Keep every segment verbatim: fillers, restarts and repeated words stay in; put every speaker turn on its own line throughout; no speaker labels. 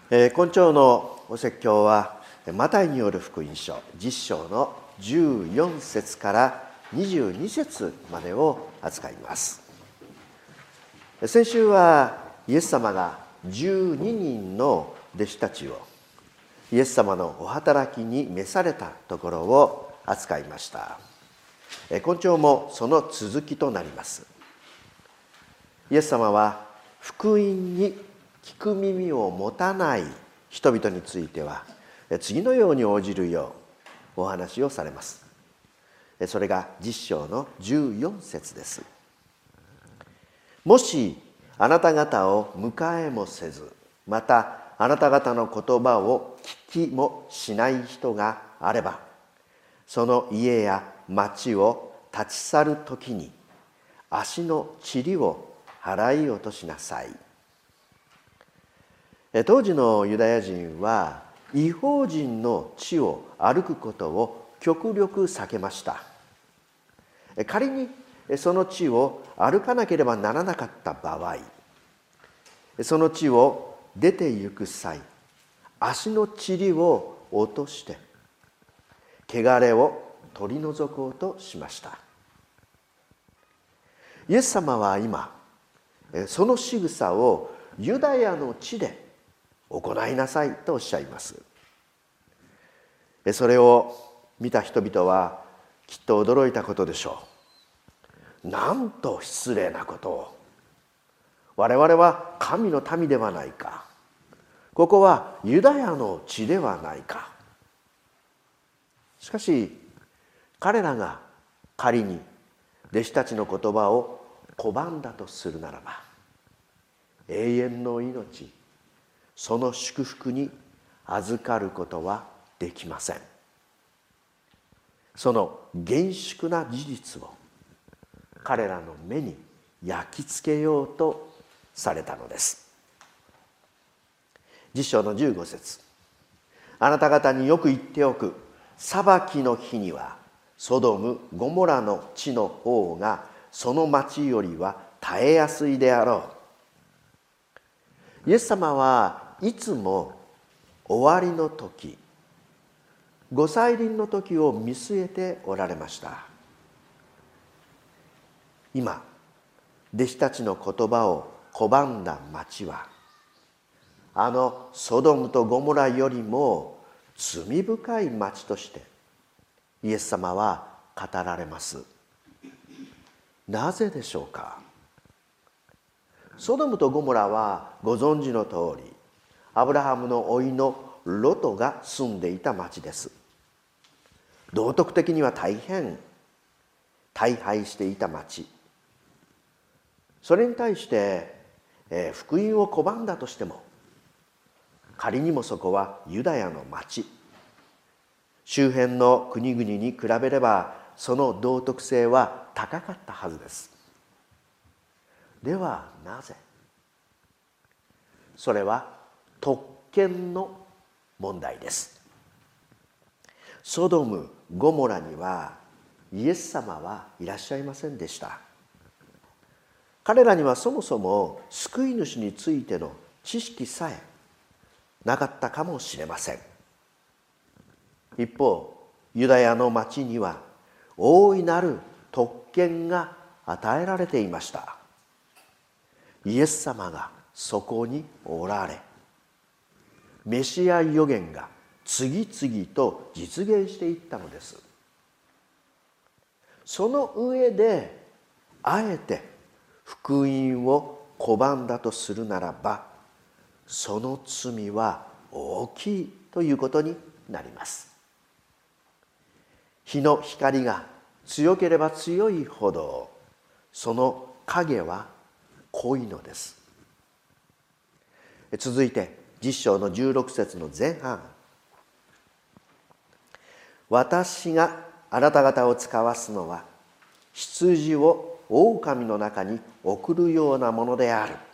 えー、今朝のお説教はマタイによる福音書じゅっ章のじゅうよん節からにじゅうに節までを扱います。先週はイエス様がじゅうににんの弟子たちをイエス様のお働きに召されたところを扱いました。今朝もその続きとなります。イエス様は福音に聞く耳を持たない人々については次のように応じるようお話をされます。それがじゅっ章のじゅうよん節です。もしあなた方を迎えもせず、またあなた方の言葉を聞きもしない人があれば、その家や町を立ち去るときに足の塵を払い落としなさい。当時のユダヤ人は異邦人の地を歩くことを極力避けました。仮にその地を歩かなければならなかった場合、その地を出て行く際、足の塵を落として汚れを取り除こうとしました。イエス様は今その仕草をユダヤの地で行いなさいとおっしゃいます。それを見た人々はきっと驚いたことでしょう。なんと失礼なことを。我々は神の民ではないか。ここはユダヤの地ではないか。しかし彼らが仮に弟子たちの言葉を拒んだとするならば、永遠の命、その祝福に預かることはできません。その厳粛な事実を彼らの目に焼き付けようとされたのです。じゅっ章のじゅうご節。あなた方によく言っておく。裁きの日にはソドム・ゴモラの地の方がその町よりは耐えやすいであろう。イエス様はいつも終わりの時、ご再臨の時を見据えておられました。今弟子たちの言葉を拒んだ町はあのソドムとゴモラよりも罪深い町としてイエス様は語られます。なぜでしょうか。ソドムとゴモラはご存知の通り、アブラハムの甥のロトが住んでいた町です。道徳的には大変大敗していた町。それに対して、えー、福音を拒んだとしても、仮にもそこはユダヤの町。周辺の国々に比べればその道徳性は高かったはずです。ではなぜ？それは特権の問題です。ソドム・ゴモラにはイエス様はいらっしゃいませんでした。彼らにはそもそも救い主についての知識さえなかったかもしれません。一方、ユダヤの町には大いなる特権が与えられていました。イエス様がそこにおられ、メシア預言が次々と実現していったのです。その上であえて福音を拒んだとするならば、その罪は大きいということになります。日の光が強ければ強いほどその影は濃いのです。続いてじゅっ章のじゅうろく節の前半。私があなた方を使わすのは羊を狼の中に送るようなものである。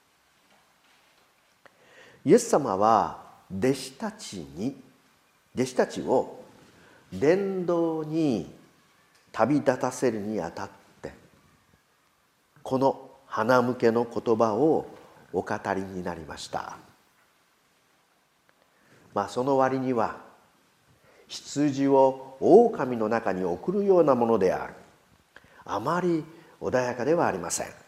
イエス様は弟子たちに弟子たちを伝道に旅立たせるにあたってこの鼻向けの言葉をお語りになりました。 まあその割には羊を狼の中に送るようなものである。あまり穏やかではありません。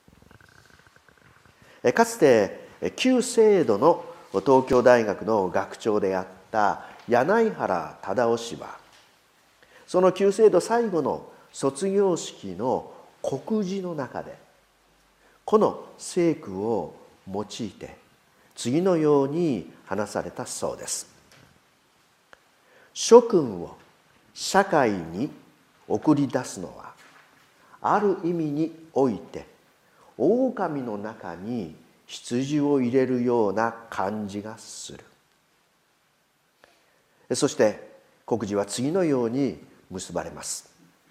かつて旧制度の東京大学の学長であった柳原忠夫氏は、その旧制度最後の卒業式の告示の中でこの聖句を用いて次のように話されたそうです。諸君を社会に送り出すのは、ある意味において狼の中に羊を入れるような感じがする。そして告示は次のように結ばれます。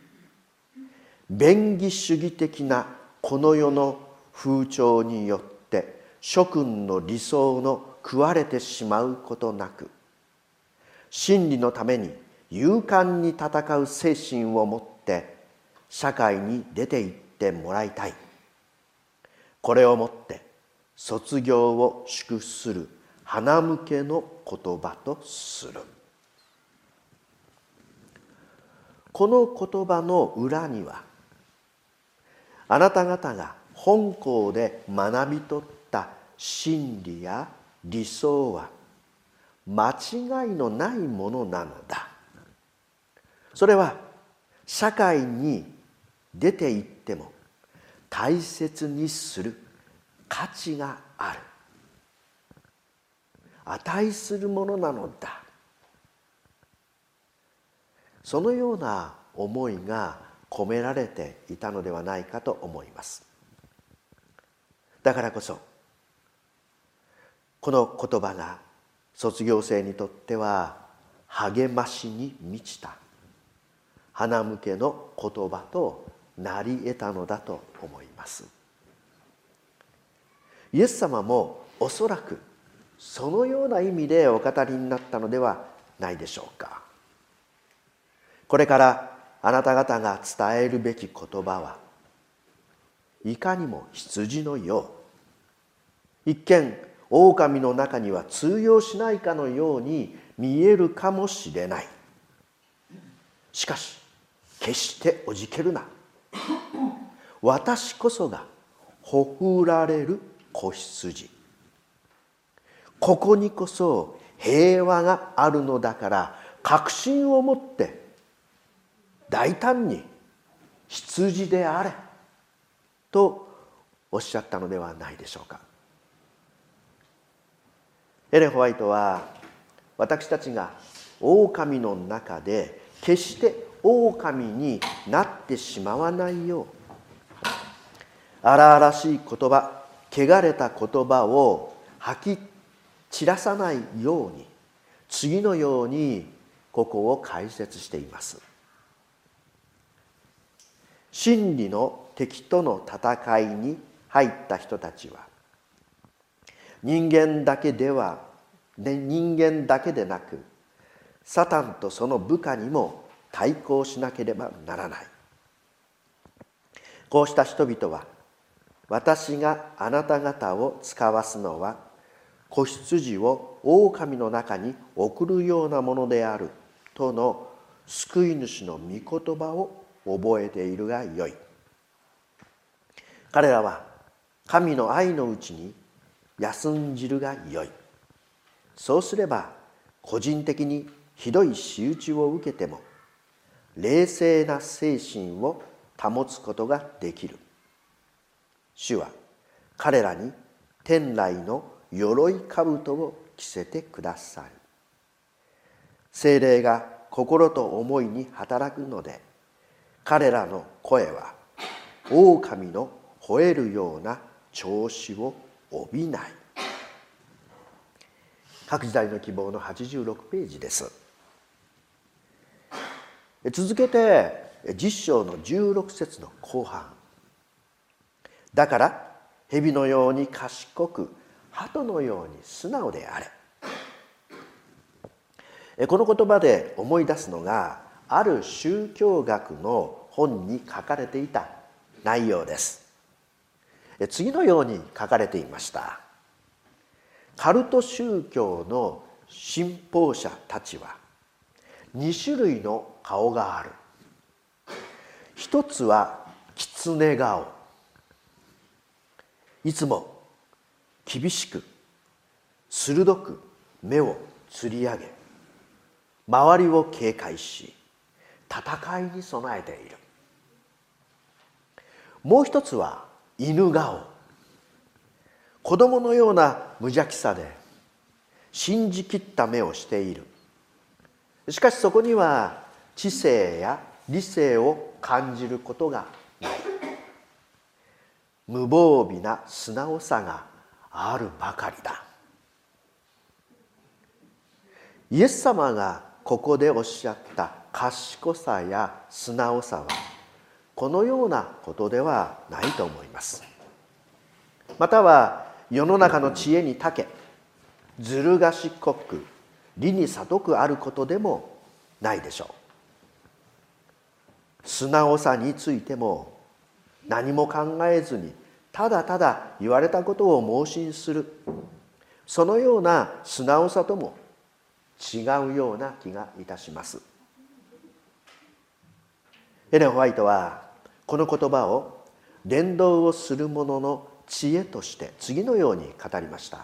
便宜主義的なこの世の風潮によって諸君の理想の食われてしまうことなく、真理のために勇敢に戦う精神を持って社会に出て行ってもらいたい。これをもって卒業を祝福する花向けの言葉とする。この言葉の裏には、あなた方が本校で学び取った真理や理想は間違いのないものなのだ。それは社会に出て行っても大切にする価値がある。値するものなのだ。そのような思いが込められていたのではないかと思います。だからこそこの言葉が卒業生にとっては励ましに満ちた花向けの言葉となり得たのだと思います。イエス様もおそらくそのような意味でお語りになったのではないでしょうか。これからあなた方が伝えるべき言葉はいかにも羊のよう、一見狼の中には通用しないかのように見えるかもしれない。しかし決しておじけるな。私こそがほふられる子羊。ここにこそ平和があるのだから、確信を持って大胆に羊であれとおっしゃったのではないでしょうか。エレン・ホワイトは、私たちが狼の中で決して狼になってしまわないよう、荒々しい言葉、汚れた言葉を吐き散らさないように、次のようにここを解説しています。真理の敵との戦いに入った人たちは、人間だけでは、人間だけでなく、サタンとその部下にも対抗しなければならない。こうした人々は、私があなた方を使わすのは、子羊を狼の中に送るようなものであるとの救い主の御言葉を覚えているがよい。彼らは神の愛のうちに休んじるがよい。そうすれば個人的にひどい仕打ちを受けても冷静な精神を保つことができる。主は彼らに天来の鎧兜を着せてくださる。聖霊が心と思いに働くので、彼らの声は狼の吠えるような調子を帯びない。各時代の希望のはちじゅうろくページです。続けてじゅっ章のじゅうろく節の後半。だから蛇のように賢く、鳩のように素直であれ。この言葉で思い出すのが、ある宗教学の本に書かれていた内容です。次のように書かれていました。カルト宗教の信奉者たちはに種類の顔がある。一つは狐顔。いつも厳しく鋭く目をつり上げ、周りを警戒し戦いに備えている。もう一つは犬顔。子供のような無邪気さで信じきった目をしている。しかしそこには知性や理性を感じることがない。無防備な素直さがあるばかりだ。イエス様がここでおっしゃった賢さや素直さはこのようなことではないと思います。または世の中の知恵に長け、ずる賢く理に聡くあることでもないでしょう。素直さについても何も考えずにただただ言われたことを盲信する、そのような素直さとも違うような気がいたします。エレン・ホワイトはこの言葉を伝道をする者の知恵として次のように語りました。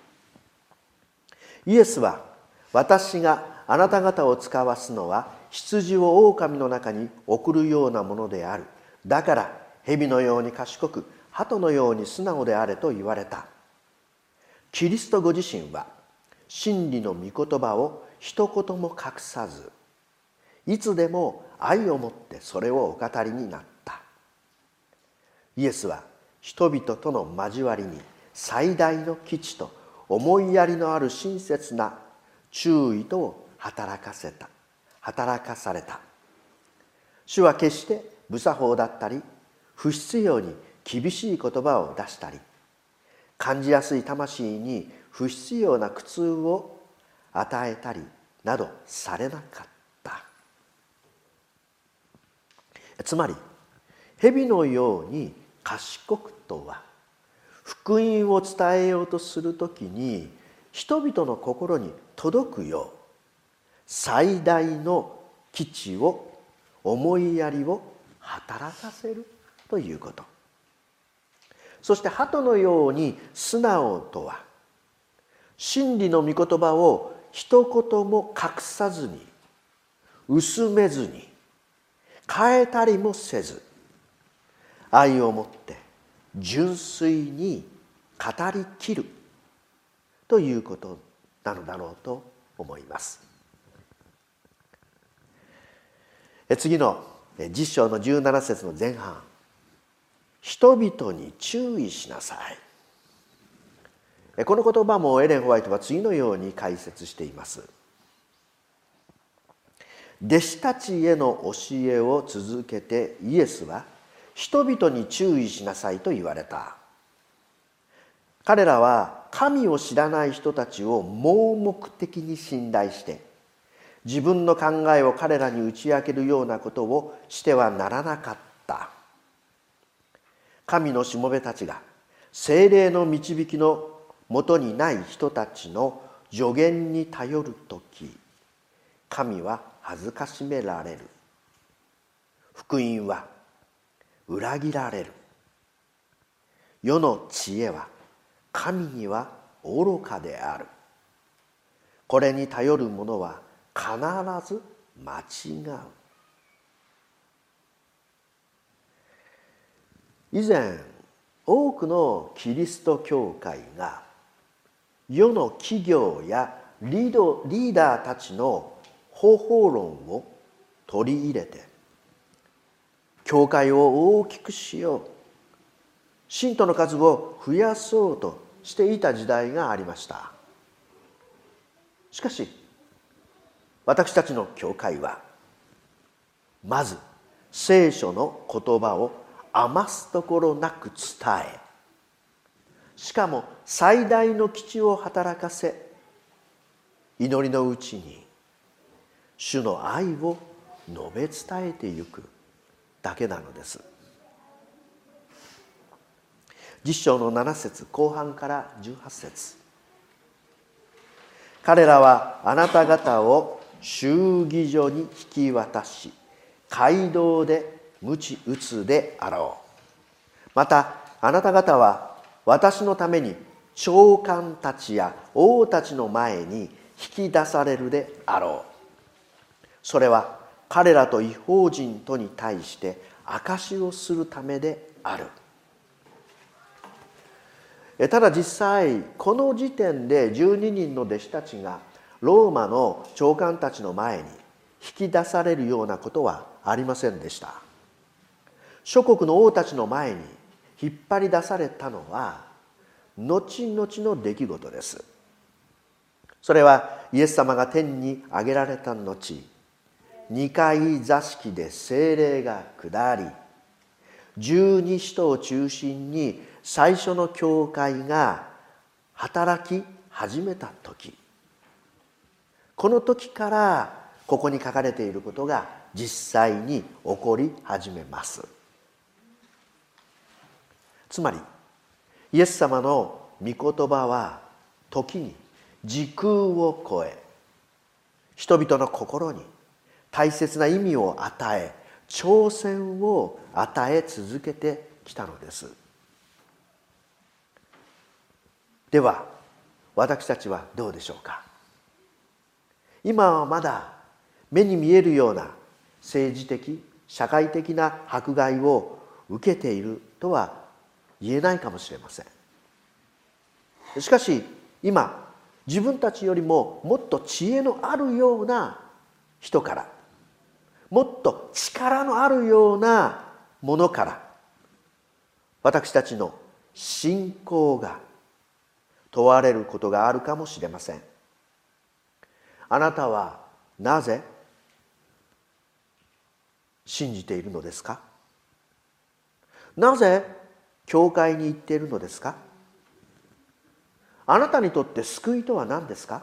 イエスは、私があなた方を使わすのは羊を狼の中に送るようなものである。だから蛇のように賢く鳩のように素直であれと言われた。キリストご自身は真理の御言葉を一言も隠さず、いつでも愛をもってそれをお語りになった。イエスは人々との交わりに最大の基地と思いやりのある親切な注意とを働かせた働かされた。主は決して不作法だったり不必要に厳しい言葉を出したり、感じやすい魂に不必要な苦痛を与えたりなどされなかった。つまり蛇のように賢くとは、福音を伝えようとするときに人々の心に届くよう最大の基地を、思いやりを働かせるということ。そして鳩のように素直とは、真理の御言葉を一言も隠さずに、薄めずに、変えたりもせず、愛をもって純粋に語りきるということなのだろうと思います。次のじゅっ章のじゅうなな節の前半、人々に注意しなさい。この言葉もエレン・ホワイトは次のように解説しています。弟子たちへの教えを続けてイエスは人々に注意しなさいと言われた。彼らは神を知らない人たちを盲目的に信頼して、自分の考えを彼らに打ち明けるようなことをしてはならなかった。神のしもべたちが聖霊の導きのもとにない人たちの助言に頼るとき、神は恥ずかしめられる。福音は裏切られる。世の知恵は神には愚かである。これに頼る者は必ず間違う。以前、多くのキリスト教会が世の企業やリード、リーダーたちの方法論を取り入れて、教会を大きくしよう、信徒の数を増やそうとしていた時代がありました。しかし、私たちの教会は、まず聖書の言葉を余すところなく伝え、しかも最大の基地を働かせ、祈りのうちに主の愛を述べ伝えてゆくだけなのです。じゅっ章のなな節後半からじゅうはち節、 彼らはあなた方を衆議所に引き渡し、街道で鞭打つであろう。またあなた方は私のために長官たちや王たちの前に引き出されるであろう。それは彼らと異邦人とに対して証しをするためである。ただ実際この時点でじゅうににんの弟子たちがローマの長官たちの前に引き出されるようなことはありませんでした。諸国の王たちの前に引っ張り出されたのは後々の出来事です。それはイエス様が天に上げられた後、二階座敷で聖霊が下り、十二使徒を中心に最初の教会が働き始めた時、この時からここに書かれていることが実際に起こり始めます。つまりイエス様の御言葉は時に時空を超え、人々の心に大切な意味を与え、挑戦を与え続けてきたのです。では私たちはどうでしょうか。今はまだ目に見えるような政治的社会的な迫害を受けているとは言えないかもしれません。しかし今自分たちよりももっと知恵のあるような人から、もっと力のあるようなものから私たちの信仰が問われることがあるかもしれません。あなたはなぜ信じているのですか？なぜ教会に行っているのですか？あなたにとって救いとは何ですか？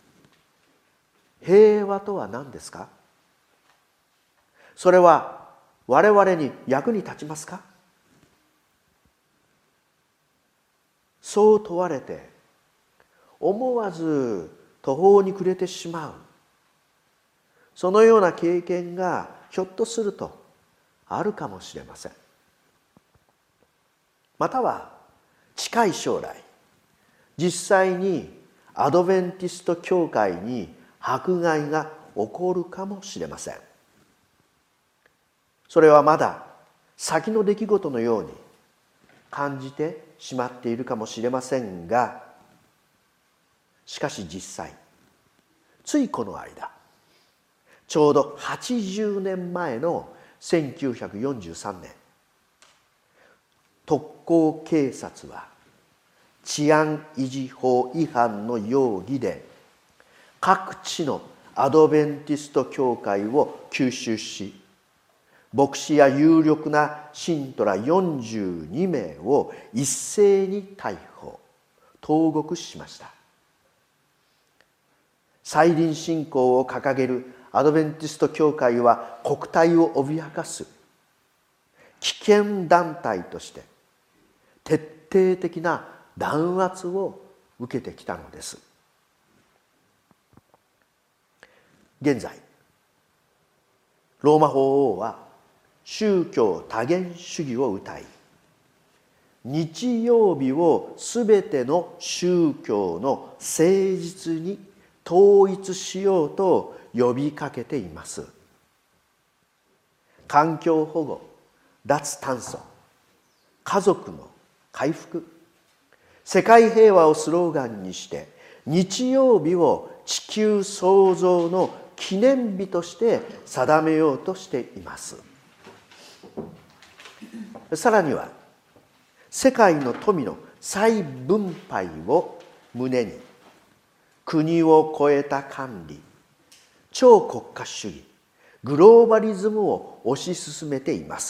平和とは何ですか？それは我々に役に立ちますか？そう問われて思わず途方に暮れてしまう、そのような経験がひょっとするとあるかもしれません。または近い将来、実際にアドベンティスト教会に迫害が起こるかもしれません。それはまだ先の出来事のように感じてしまっているかもしれませんが、しかし実際ついこの間、ちょうどはちじゅうねんまえのせんきゅうひゃくよんじゅうさんねん、特攻警察は治安維持法違反の容疑で各地のアドベンティスト教会を急襲し、牧師や有力な信徒らよんじゅうにめいを一斉に逮捕・投獄しました。再臨信仰を掲げるアドベンティスト教会は国体を脅かす危険団体として徹底的な弾圧を受けてきたのです。現在ローマ法王は宗教多元主義を謳い、日曜日をすべての宗教の誠実に統一しようと呼びかけています。環境保護、脱炭素、家族の回復、世界平和をスローガンにして日曜日を地球創造の記念日として定めようとしています。さらには世界の富の再分配を旨に国を超えた管理、超国家主義、グローバリズムを推し進めています。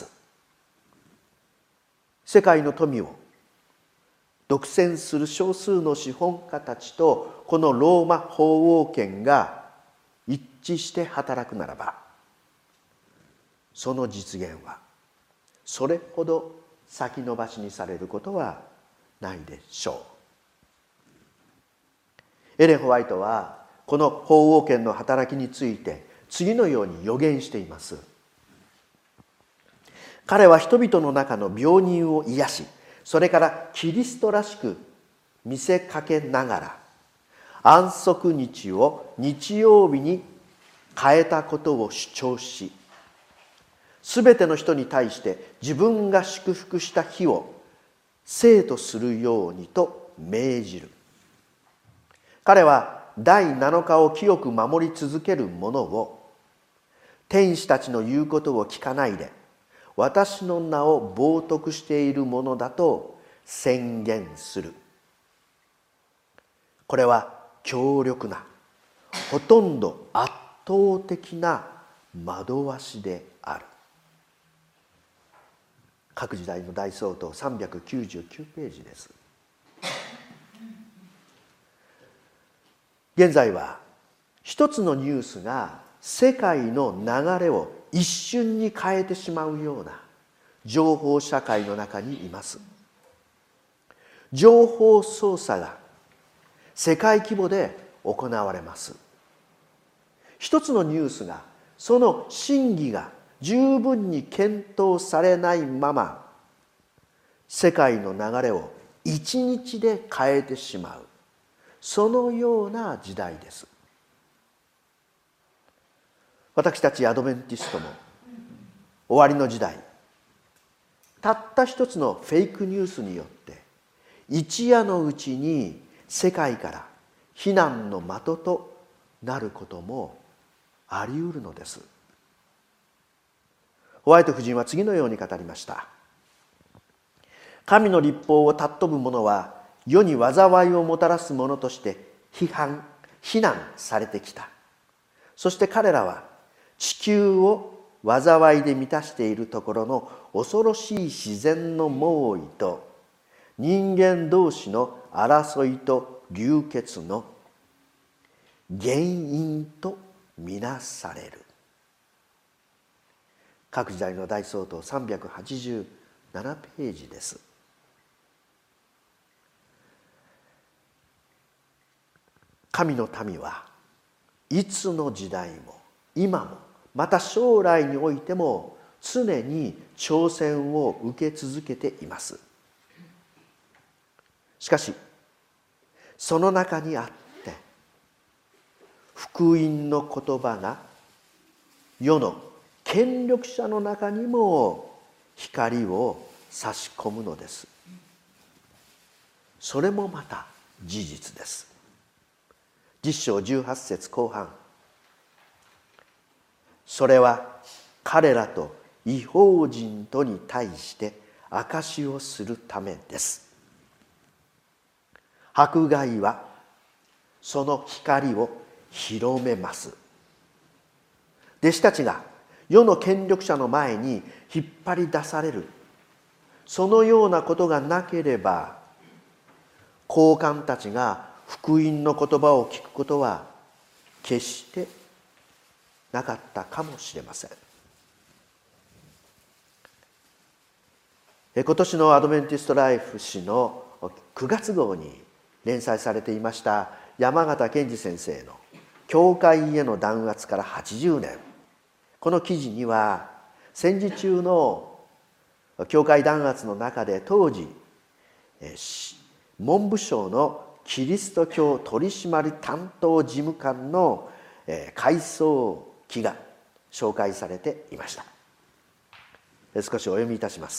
世界の富を独占する少数の資本家たちとこのローマ法王権が一致して働くならば、その実現はそれほど先延ばしにされることはないでしょう。エレン・ホワイトはこの法王権の働きについて次のように予言しています。彼は人々の中の病人を癒し、それからキリストらしく見せかけながら安息日を日曜日に変えたことを主張し、すべての人に対して自分が祝福した日を聖とするようにと命じる。彼は第なのかを清く守り続ける者を、天使たちの言うことを聞かないで私の名を冒涜しているものだと宣言する。これは強力な、ほとんど圧倒的な惑わしである。各時代の大総統さんびゃくきゅうじゅうきゅうページです。現在は一つのニュースが世界の流れを一瞬に変えてしまうような情報社会の中にいます。情報操作が世界規模で行われます。一つのニュースがその真偽が十分に検討されないまま世界の流れを一日で変えてしまう、そのような時代です。私たちアドベンティストも終わりの時代、たった一つのフェイクニュースによって一夜のうちに世界から非難の的となることもあり得るのです。ホワイト夫人は次のように語りました。神の律法を尊ぶ者は世に災いをもたらす者として批判、非難されてきた。そして彼らは地球を災いで満たしているところの恐ろしい自然の猛威と人間同士の争いと流血の原因とみなされる。各時代の大総統さんびゃくはちじゅうななページです。神の民はいつの時代も今もまた将来においても常に挑戦を受け続けています。しかしその中にあって福音の言葉が世の権力者の中にも光を差し込むのです。それもまた事実です。じゅっ章じゅうはち節後半、それは彼らと異邦人とに対して証しをするためです。迫害はその光を広めます。弟子たちが世の権力者の前に引っ張り出される、そのようなことがなければ高官たちが福音の言葉を聞くことは決してなかったかもしれません。今年のアドベンティスト・ライフ誌のくがつ号に連載されていました山形健二先生の教会への弾圧からはちじゅうねん、この記事には戦時中の教会弾圧の中で当時文部省のキリスト教取締担当事務官の回想記が紹介されていました。少しお読みいたします。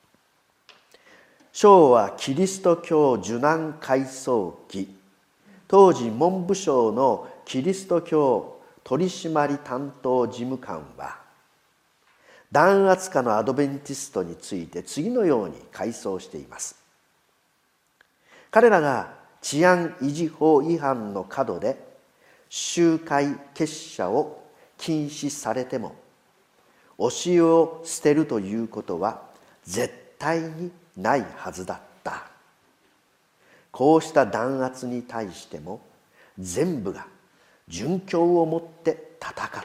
昭和キリスト教受難回想記、当時文部省のキリスト教取締担当事務官は弾圧下のアドベンティストについて次のように回想しています。彼らが治安維持法違反の角で集会結社を禁止されても教えを捨てるということは絶対にないはずだった。こうした弾圧に対しても全部が殉教をもって戦った。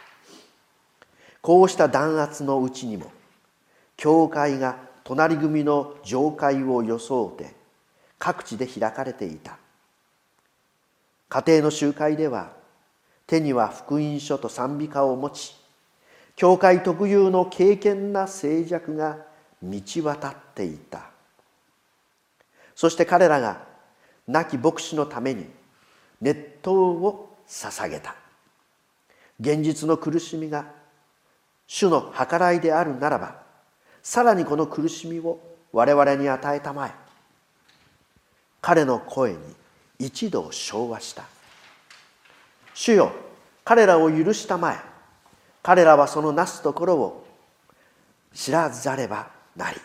こうした弾圧のうちにも教会が隣組の上会を装って各地で開かれていた。 家庭の集会では手には福音書と賛美歌を持ち、教会特有の敬虔な静寂が満ち渡っていた。そして彼らが亡き牧師のために熱湯を捧げた。現実の苦しみが主の計らいであるならば、さらにこの苦しみを我々に与えたまえ。彼の声に一度唱和した。主よ、彼らを許したまえ。彼らはそのなすところを知らざればなり。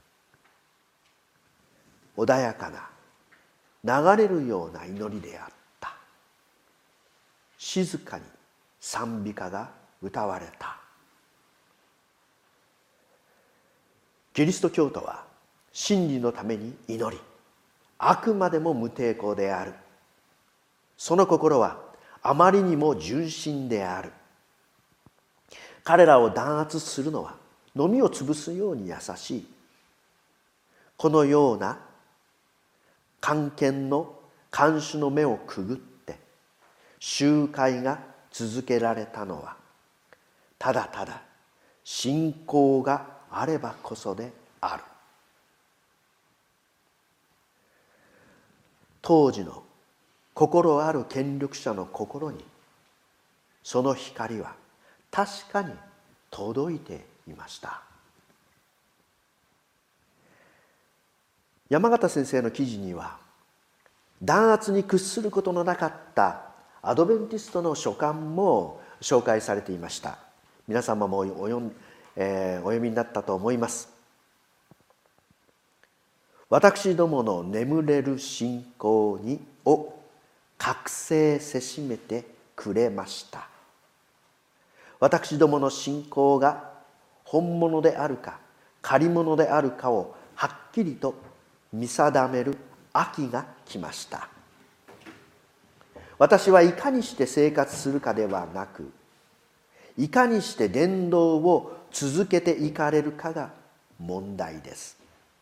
穏やかな流れるような祈りであった。静かに賛美歌が歌われた。キリスト教徒は真理のために祈り、あくまでも無抵抗である。その心はあまりにも純真である。彼らを弾圧するのはのみを潰すように優しい。このような官憲の看守の目をくぐって集会が続けられたのは、ただただ信仰があればこそである。当時の心ある権力者の心にその光は確かに届いていました。山形先生の記事には、弾圧に屈することのなかったアドベンティストの書簡も紹介されていました。皆様もお読ん、えー、お読みになったと思います。私どもの眠れる信仰にを覚醒せしめてくれました。私どもの信仰が本物であるか借り物であるかをはっきりと見定める秋が来ました。私はいかにして生活するかではなく、いかにして伝道を続けていかれるかが問題です。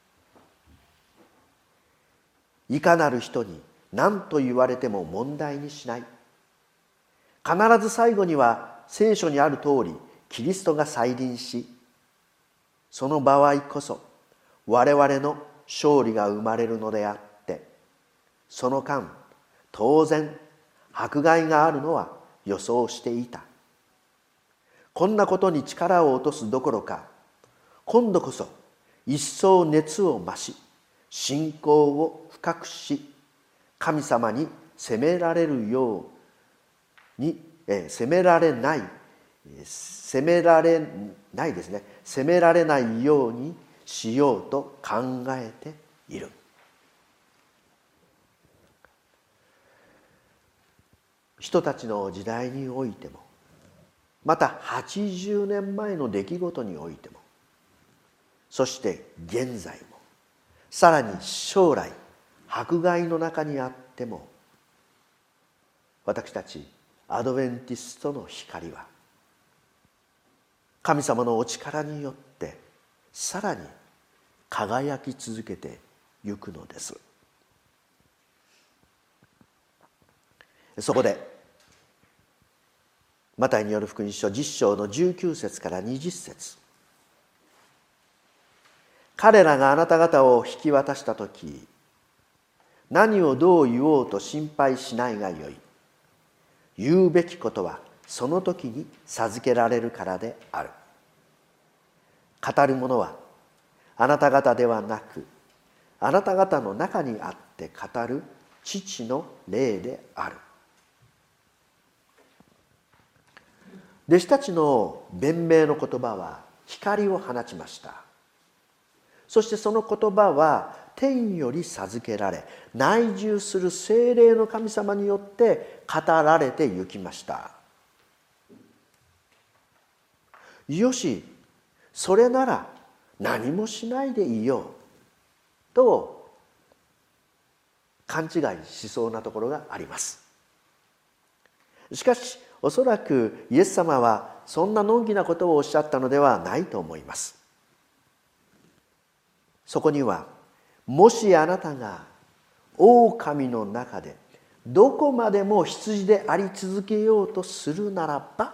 いかなる人に何と言われても問題にしない。必ず最後には聖書にある通りキリストが再臨し、その場合こそ我々の勝利が生まれるのであって、その間当然迫害があるのは予想していた。こんなことに力を落とすどころか、今度こそ一層熱を増し、信仰を深くし、神様に責められるように、え責められない、責められないですね、責められないようにしようと考えている。人たちの時代においても、またはちじゅうねんまえの出来事においても、そして現在も、さらに将来迫害の中にあっても、私たちアドベンティストの光は神様のお力によってさらに輝き続けてゆくのです。そこでマタイによる福音書じゅっ章のじゅうきゅう節からにじゅっ節、彼らがあなた方を引き渡したとき、何をどう言おうと心配しないがよい。言うべきことはその時に授けられるからである。語るものはあなた方ではなく、あなた方の中にあって語る父の霊である。弟子たちの弁明の言葉は光を放ちました。そしてその言葉は天より授けられ、内住する聖霊の神様によって語られてゆきました。よし、それなら何もしないでいようと勘違いしそうなところがあります。しかしおそらくイエス様はそんなのんきなことをおっしゃったのではないと思います。そこには、もしあなたが狼の中でどこまでも羊であり続けようとするならば、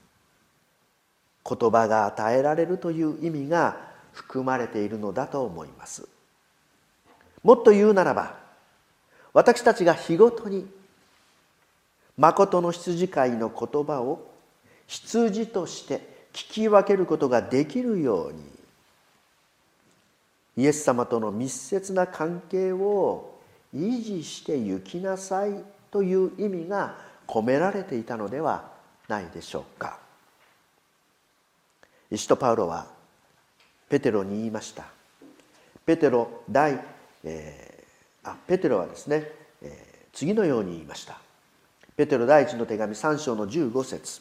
言葉が与えられるという意味が含まれているのだと思います。もっと言うならば、私たちが日ごとに誠の羊飼いの言葉を羊として聞き分けることができるように、イエス様との密接な関係を維持して行きなさいという意味が込められていたのではないでしょうか。使徒パウロはペテロに言いました。ペテロ第、えー、あペテロはですね、えー、次のように言いました。ペテロ第一の手紙さん章のじゅうご節。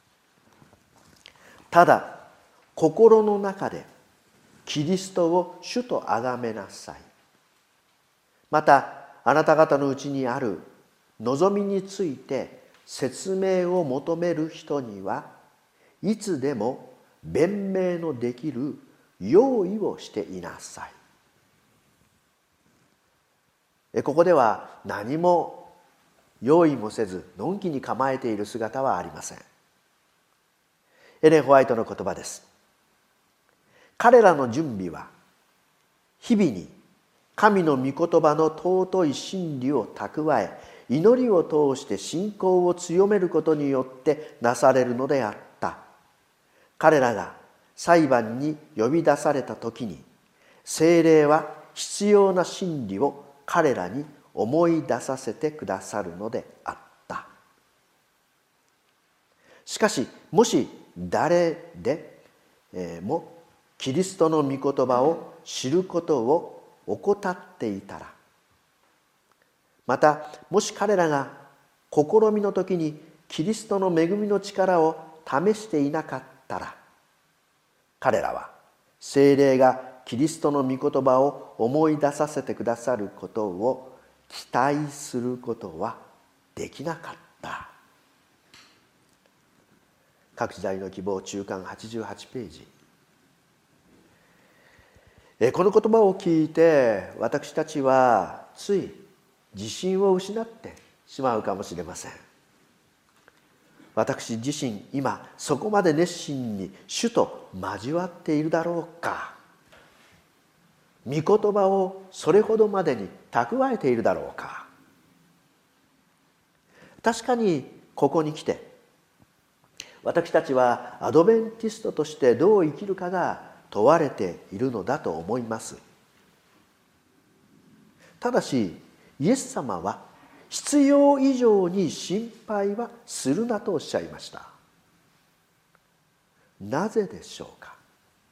ただ心の中でキリストを主と崇めなさい。またあなた方のうちにある望みについて説明を求める人にはいつでも弁明のできる用意をしていなさい。ここでは何も用意もせずのんきに構えている姿はありません。エレン・ホワイトの言葉です。彼らの準備は日々に神の御言葉の尊い真理を蓄え、祈りを通して信仰を強めることによってなされるのであった。彼らが裁判に呼び出された時に、聖霊は必要な真理を彼らに思い出させてくださるのであった。しかし、もし誰でもキリストの御言葉を知ることを怠っていたら、またもし彼らが試みの時にキリストの恵みの力を試していなかったら、彼らは聖霊がキリストの御言葉を思い出させてくださることを期待することはできなかった。各時代の希望中間はちじゅうはちページ。この言葉を聞いて私たちはつい自信を失ってしまうかもしれません。私自身今そこまで熱心に主と交わっているだろうか。御言葉をそれほどまでに蓄えているだろうか。確かにここに来て私たちはアドベンティストとしてどう生きるかが問われているのだと思います。ただしイエス様は必要以上に心配はするなとおっしゃいました。なぜでしょうか。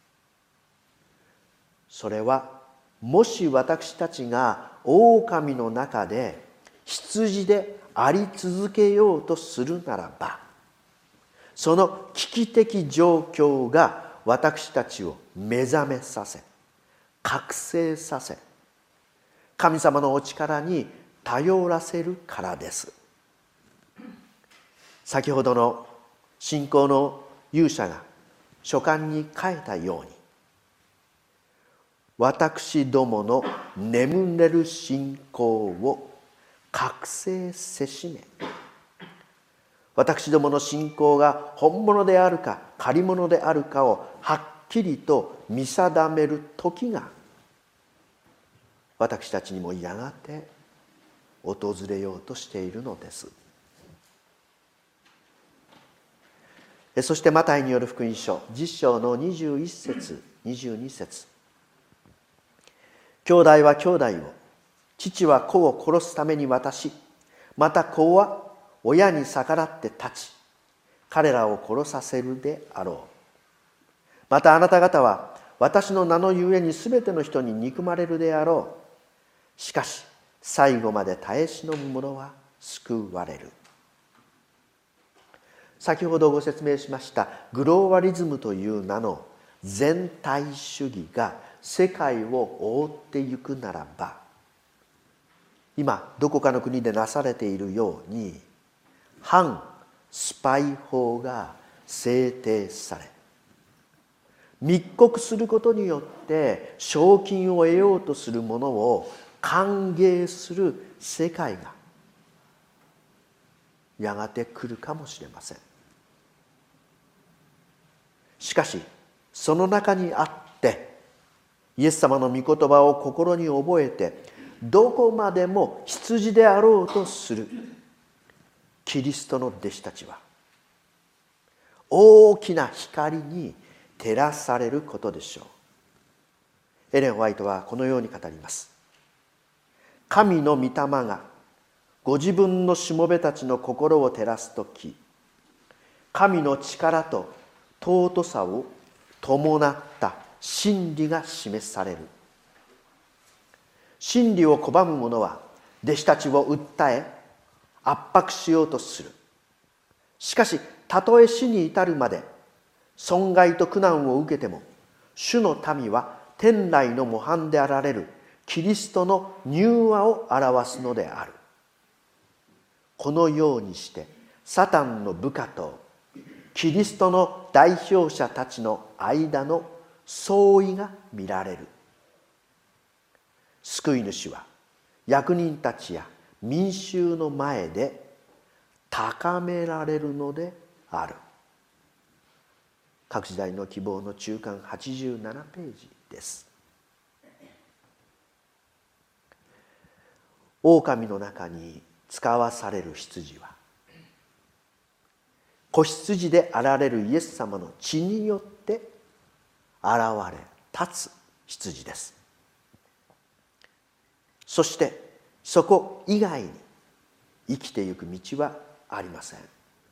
それはもし私たちが狼の中で羊であり続けようとするならば、その危機的状況が私たちを目覚めさせ、覚醒させ、神様のお力に頼らせるからです。先ほどの信仰の勇者が書簡に書いたように、私どもの眠れる信仰を覚醒せしめ、私どもの信仰が本物であるか借り物であるかをはっきりと見定める時が私たちにもやがて訪れようとしているのです。そしてマタイによる福音書じゅっ章のにじゅういっ節にじゅうに節。兄弟は兄弟を、父は子を殺すために渡し、また子は親に逆らって立ち、彼らを殺させるであろう。またあなた方は私の名のゆえにすべての人に憎まれるであろう。しかし最後まで耐え忍ぶ者は救われる。先ほどご説明しましたグローバリズムという名の全体主義が世界を覆っていくならば、今どこかの国でなされているように反スパイ法が制定され、密告することによって賞金を得ようとする者を歓迎する世界がやがて来るかもしれません。しかしその中にあってイエス様の御言葉を心に覚えてどこまでも羊であろうとするキリストの弟子たちは大きな光に照らされることでしょう。エレン・ホワイトはこのように語ります。神の御霊がご自分のしもべたちの心を照らすとき、神の力と尊さを伴った真理が示される。真理を拒む者は弟子たちを訴え圧迫しようとする。しかしたとえ死に至るまで損害と苦難を受けても、主の民は天来の模範であられるキリストの柔和を表すのである。このようにしてサタンの部下とキリストの代表者たちの間の相違が見られる。救い主は役人たちや民衆の前で高められるのである。各時代の希望の中間はちじゅうななページです。狼の中に使わされる羊は子羊であられるイエス様の血によって現れ立つ羊です。そしてそこ以外に生きてゆく道はありません。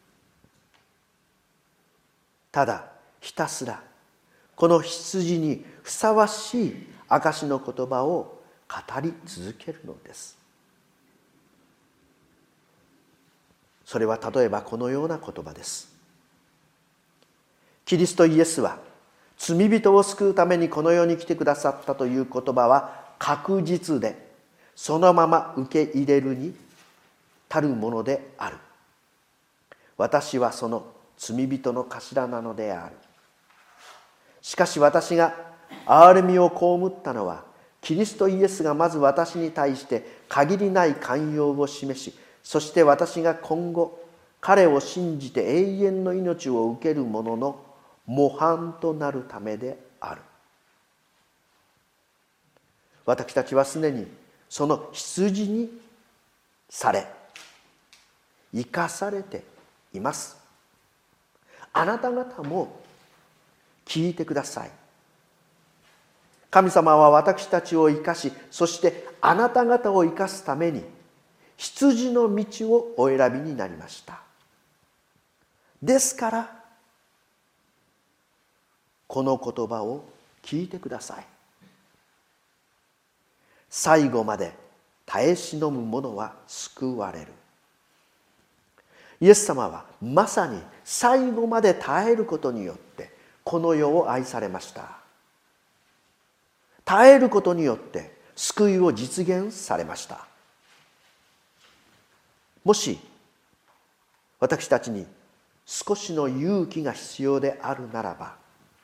ただひたすらこの羊にふさわしい証の言葉を語り続けるのです。それは例えばこのような言葉です。キリストイエスは罪人を救うためにこの世に来てくださったという言葉は確実で、そのまま受け入れるに足るものである。私はその罪人の頭なのである。しかし私が憐れみを被ったのは、キリストイエスがまず私に対して限りない寛容を示し、そして私が今後彼を信じて永遠の命を受ける者の模範となるためである。私たちはすでにその羊にされ生かされています。あなた方も聞いてください。神様は私たちを生かし、そしてあなた方を生かすために羊の道をお選びになりました。ですからこの言葉を聞いてください。最後まで耐え忍ぶ者は救われる。イエス様はまさに最後まで耐えることによってこの世を愛されました。耐えることによって救いを実現されました。もし私たちに少しの勇気が必要であるならば、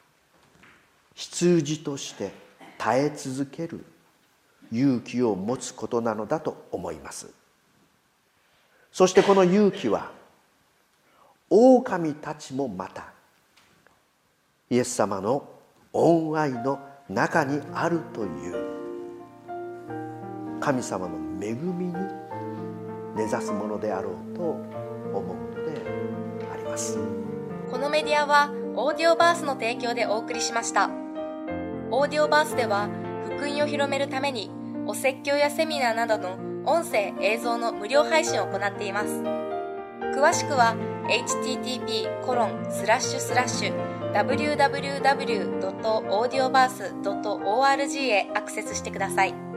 羊として耐え続ける勇気を持つことなのだと思います。そしてこの勇気は狼たちもまたイエス様の恩愛の中にあるという神様の恵みに根ざすものであろうと思うのであります。
このメディアはオーディオバースの提供でお送りしました。オーディオバースでは福音を広めるためにお説教やセミナーなどの音声映像の無料配信を行っています。詳しくは エイチティーティーピーコロンスラッシュスラッシュダブリューダブリューダブリュードットオーディオバースドットオーアールジー へアクセスしてください。